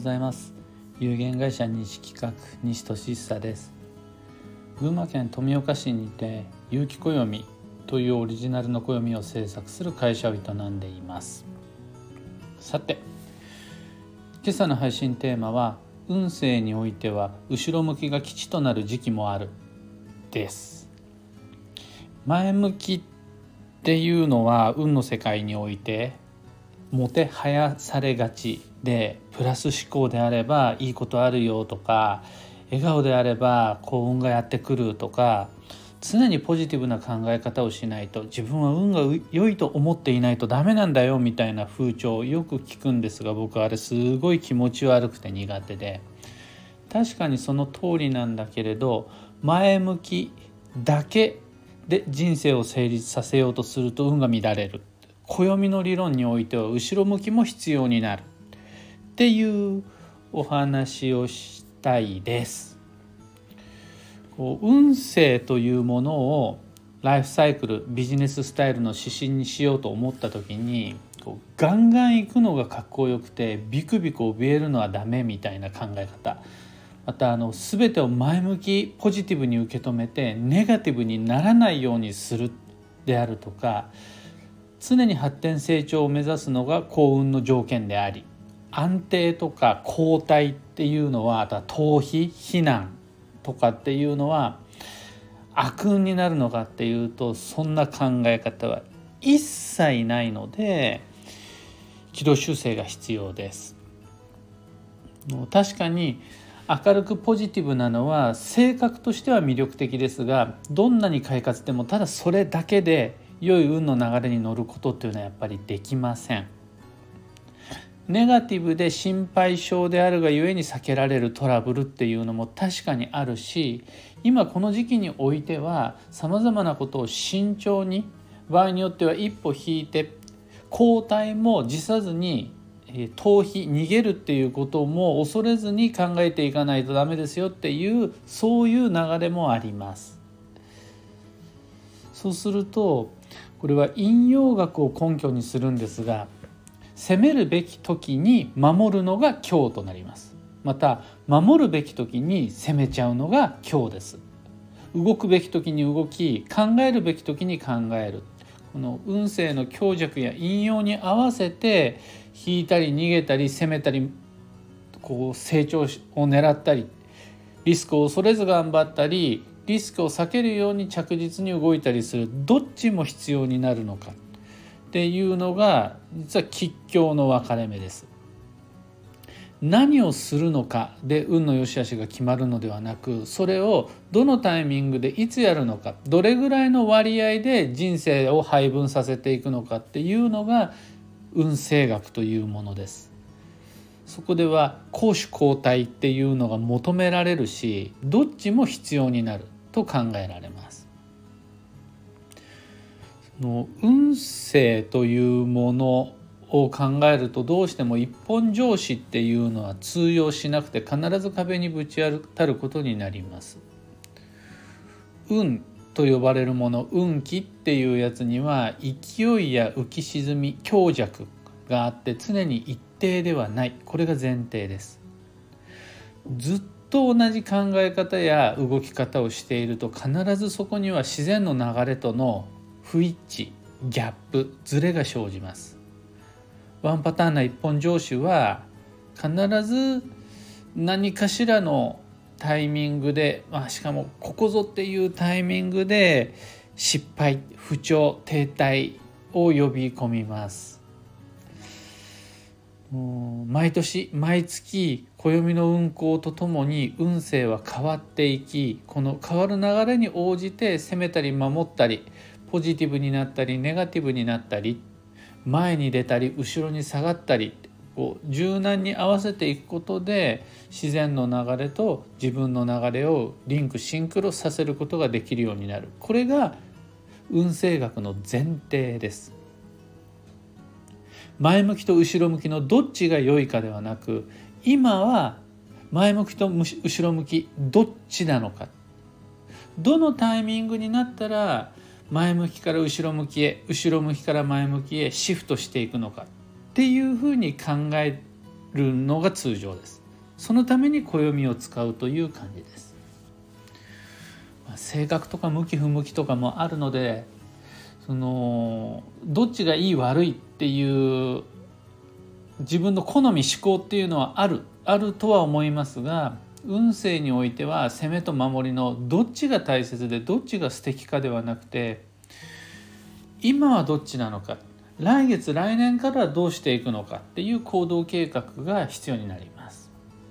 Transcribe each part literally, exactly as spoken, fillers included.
ざいます。有限会社西企画西俊久です。群馬県富岡市にて有機暦というオリジナルの暦を制作する会社を営んでいます。さて、今朝の配信テーマは運勢においては後ろ向きが吉となる時期もあるです。前向きっていうのは運の世界においてもてはやされがちで、プラス思考であればいいことあるよとか、笑顔であれば幸運がやってくるとか、常にポジティブな考え方をしないと、自分は運が良いと思っていないとダメなんだよみたいな風潮をよく聞くんですが、僕はあれすごい気持ち悪くて苦手で、確かにその通りなんだけれど、前向きだけで人生を成立させようとすると運が乱れる。暦の理論においては後ろ向きも必要になるっていうお話をしたいです。こう運勢というものをライフサイクル、ビジネススタイルの指針にしようと思った時に、こうガンガン行くのがかっこよくてビクビク怯えるのはダメみたいな考え方、またあの全てを前向きポジティブに受け止めてネガティブにならないようにするであるとか、常に発展成長を目指すのが幸運の条件であり、安定とか後退っていうのは、あとは逃避避難とかっていうのは悪運になるのかっていうと、そんな考え方は一切ないので、軌道修正が必要です。確かに明るくポジティブなのは性格としては魅力的ですが、どんなに快活でもただそれだけで良い運の流れに乗ることっていうのはやっぱりできません。ネガティブで心配性であるがゆえに避けられるトラブルっていうのも確かにあるし、今この時期においてはさまざまなことを慎重に、場合によっては一歩引いて後退も辞さずに、逃避逃げるっていうことも恐れずに考えていかないとダメですよっていう、そういう流れもあります。そうするとこれは陰陽学を根拠にするんですが、攻めるべき時に守るのが強となります。また守るべき時に攻めちゃうのが強です。動くべき時に動き、考えるべき時に考える、この運勢の強弱や陰陽に合わせて引いたり逃げたり攻めたり、こう成長を狙ったり、リスクを恐れず頑張ったり、リスクを避けるように着実に動いたりする、どっちも必要になるのかっていうのが実は吉凶の分かれ目です。何をするのかで運の良し悪しが決まるのではなく、それをどのタイミングでいつやるのか、どれぐらいの割合で人生を配分させていくのかっていうのが運勢学というものです。そこでは攻守交代っていうのが求められるし、どっちも必要になると考えられます。その運勢というものを考えると、どうしても一本上司っていうのは通用しなくて、必ず壁にぶち当たることになります。運と呼ばれるもの、運気っていうやつには勢いや浮き沈み、強弱があって、常に一定ではない、これが前提です。ずっと同じ考え方や動き方をしていると、必ずそこには自然の流れとの不一致、ギャップ、ズレが生じます。ワンパターンな一本上司は必ず何かしらのタイミングで、まあ、しかもここぞっていうタイミングで失敗、不調、停滞を呼び込みます。毎年毎月暦の運行とともに運勢は変わっていき、この変わる流れに応じて攻めたり守ったり、ポジティブになったりネガティブになったり、前に出たり後ろに下がったり、こう柔軟に合わせていくことで自然の流れと自分の流れをリンクシンクロさせることができるようになる。これが運勢学の前提です。前向きと後ろ向きのどっちが良いかではなく、今は前向きと後ろ向きどっちなのか、どのタイミングになったら前向きから後ろ向きへ、後ろ向きから前向きへシフトしていくのかっていうふうに考えるのが通常です。そのために暦を使うという感じです。性格とか向き不向きとかもあるので、そのどっちがいい悪いっていう自分の好み思考っていうのはあるあるとは思いますが、運勢においては攻めと守りのどっちが大切でどっちが素敵かではなくて、今はどっちなのか、来月来年からはどうしていくのかっていう行動計画が必要になります。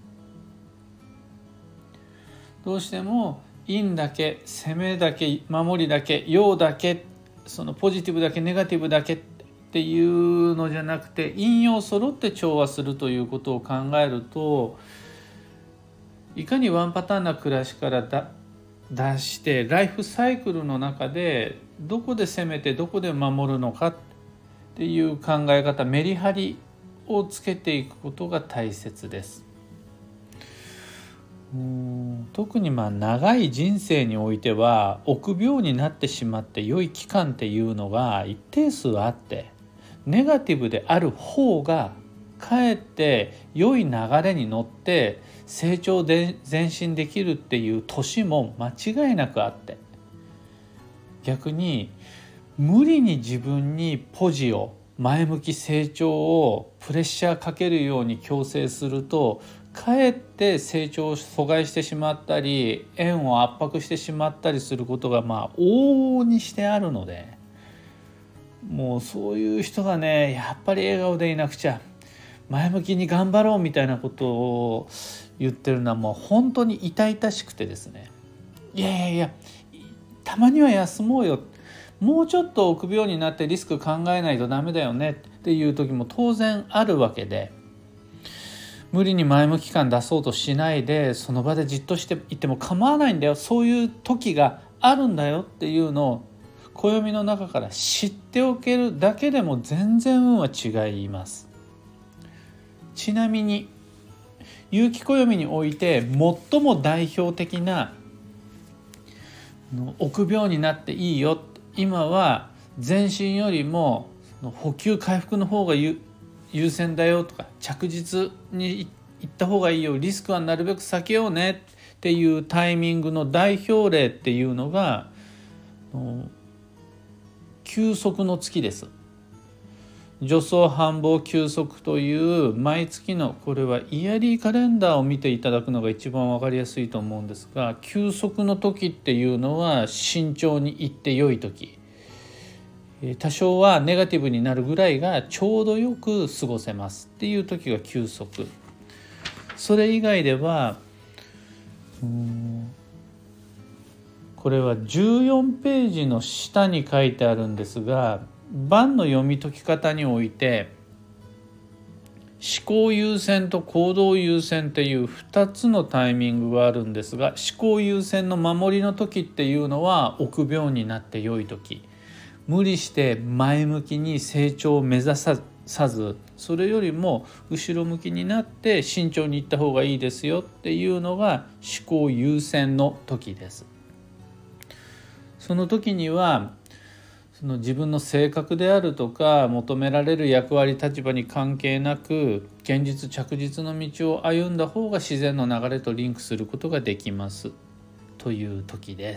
どうしても陰だけ、攻めだけ、守りだけ、陽だけ、そのポジティブだけネガティブだけっていうのじゃなくて、陰陽揃って調和するということを考えると、いかにワンパターンな暮らしからだ出してライフサイクルの中でどこで攻めてどこで守るのかっていう考え方、メリハリをつけていくことが大切です。うーん特にまあ長い人生においては臆病になってしまって良い期間っていうのが一定数あって、ネガティブである方がかえって良い流れに乗って成長で前進できるっていう年も間違いなくあって、逆に無理に自分にポジを前向き成長をプレッシャーかけるように強制すると、かえって成長を阻害してしまったり縁を圧迫してしまったりすることがまあ往々にしてあるので、もうそういう人がね、やっぱり笑顔でいなくちゃ、前向きに頑張ろうみたいなことを言ってるのはもう本当に痛々しくてですね、いやいやいやたまには休もうよ、もうちょっと臆病になってリスク考えないとダメだよねっていう時も当然あるわけで、無理に前向き感出そうとしないでその場でじっとしていても構わないんだよ、そういう時があるんだよっていうのを暦の中から知っておけるだけでも全然運は違います。ちなみに有機暦において最も代表的な臆病になっていいよ、今は前進よりも補給回復の方が優先だよとか、着実に行った方がいいよ、リスクはなるべく避けようねっていうタイミングの代表例っていうのが休息の月です。助走繁忙休息という毎月の、これはイヤリーカレンダーを見ていただくのが一番わかりやすいと思うんですが、休息の時っていうのは慎重に行って良い時、多少はネガティブになるぐらいがちょうどよく過ごせますっていう時が休息。それ以外ではうーんこれはじゅうよんページの下に書いてあるんですが、盤の読み解き方において思考優先と行動優先っていうふたつのタイミングがあるんですが、思考優先の守りの時っていうのは臆病になって良い時、無理して前向きに成長を目指さず、それよりも後ろ向きになって慎重にいった方がいいですよっていうのが思考優先の時です。その時にはその自分の性格であるとか求められる役割立場に関係なく、現実着実の道を歩んだ方が自然の流れとリンクすることができますという時です。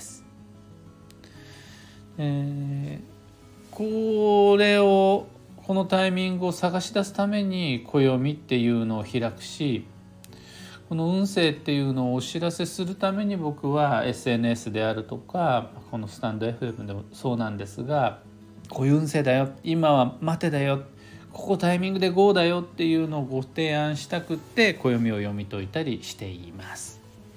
えー、これをこのタイミングを探し出すために暦っていうのを開くし、この運勢っていうのをお知らせするために僕は エスエヌエス であるとかこのスタンド エフエム でもそうなんですが、こういう運勢だよ、今は待てだよ、ここタイミングで ゴー だよっていうのをご提案したくって暦を読み解いたりしています。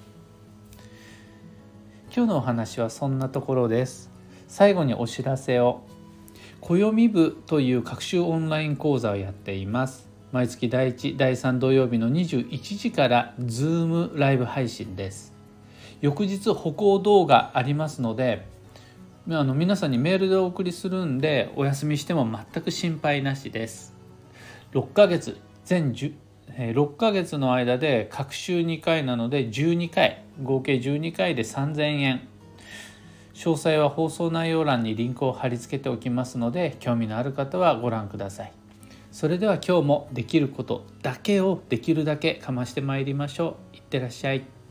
今日のお話はそんなところです。最後にお知らせを。暦部という学習オンライン講座をやっています。毎月だいいち、だいさん土曜日のにじゅういちじから Zoom ライブ配信です。翌日歩行動画ありますので、あの皆さんにメールでお送りするんで、お休みしても全く心配なしです。ろっかげつ、全ろっかげつの間で各週にかいなのでじゅうにかい、合計じゅうにかいでさんぜんえん。詳細は放送内容欄にリンクを貼り付けておきますので、興味のある方はご覧ください。 それでは今日もできることだけをできるだけかましてまいりましょう。いってらっしゃい。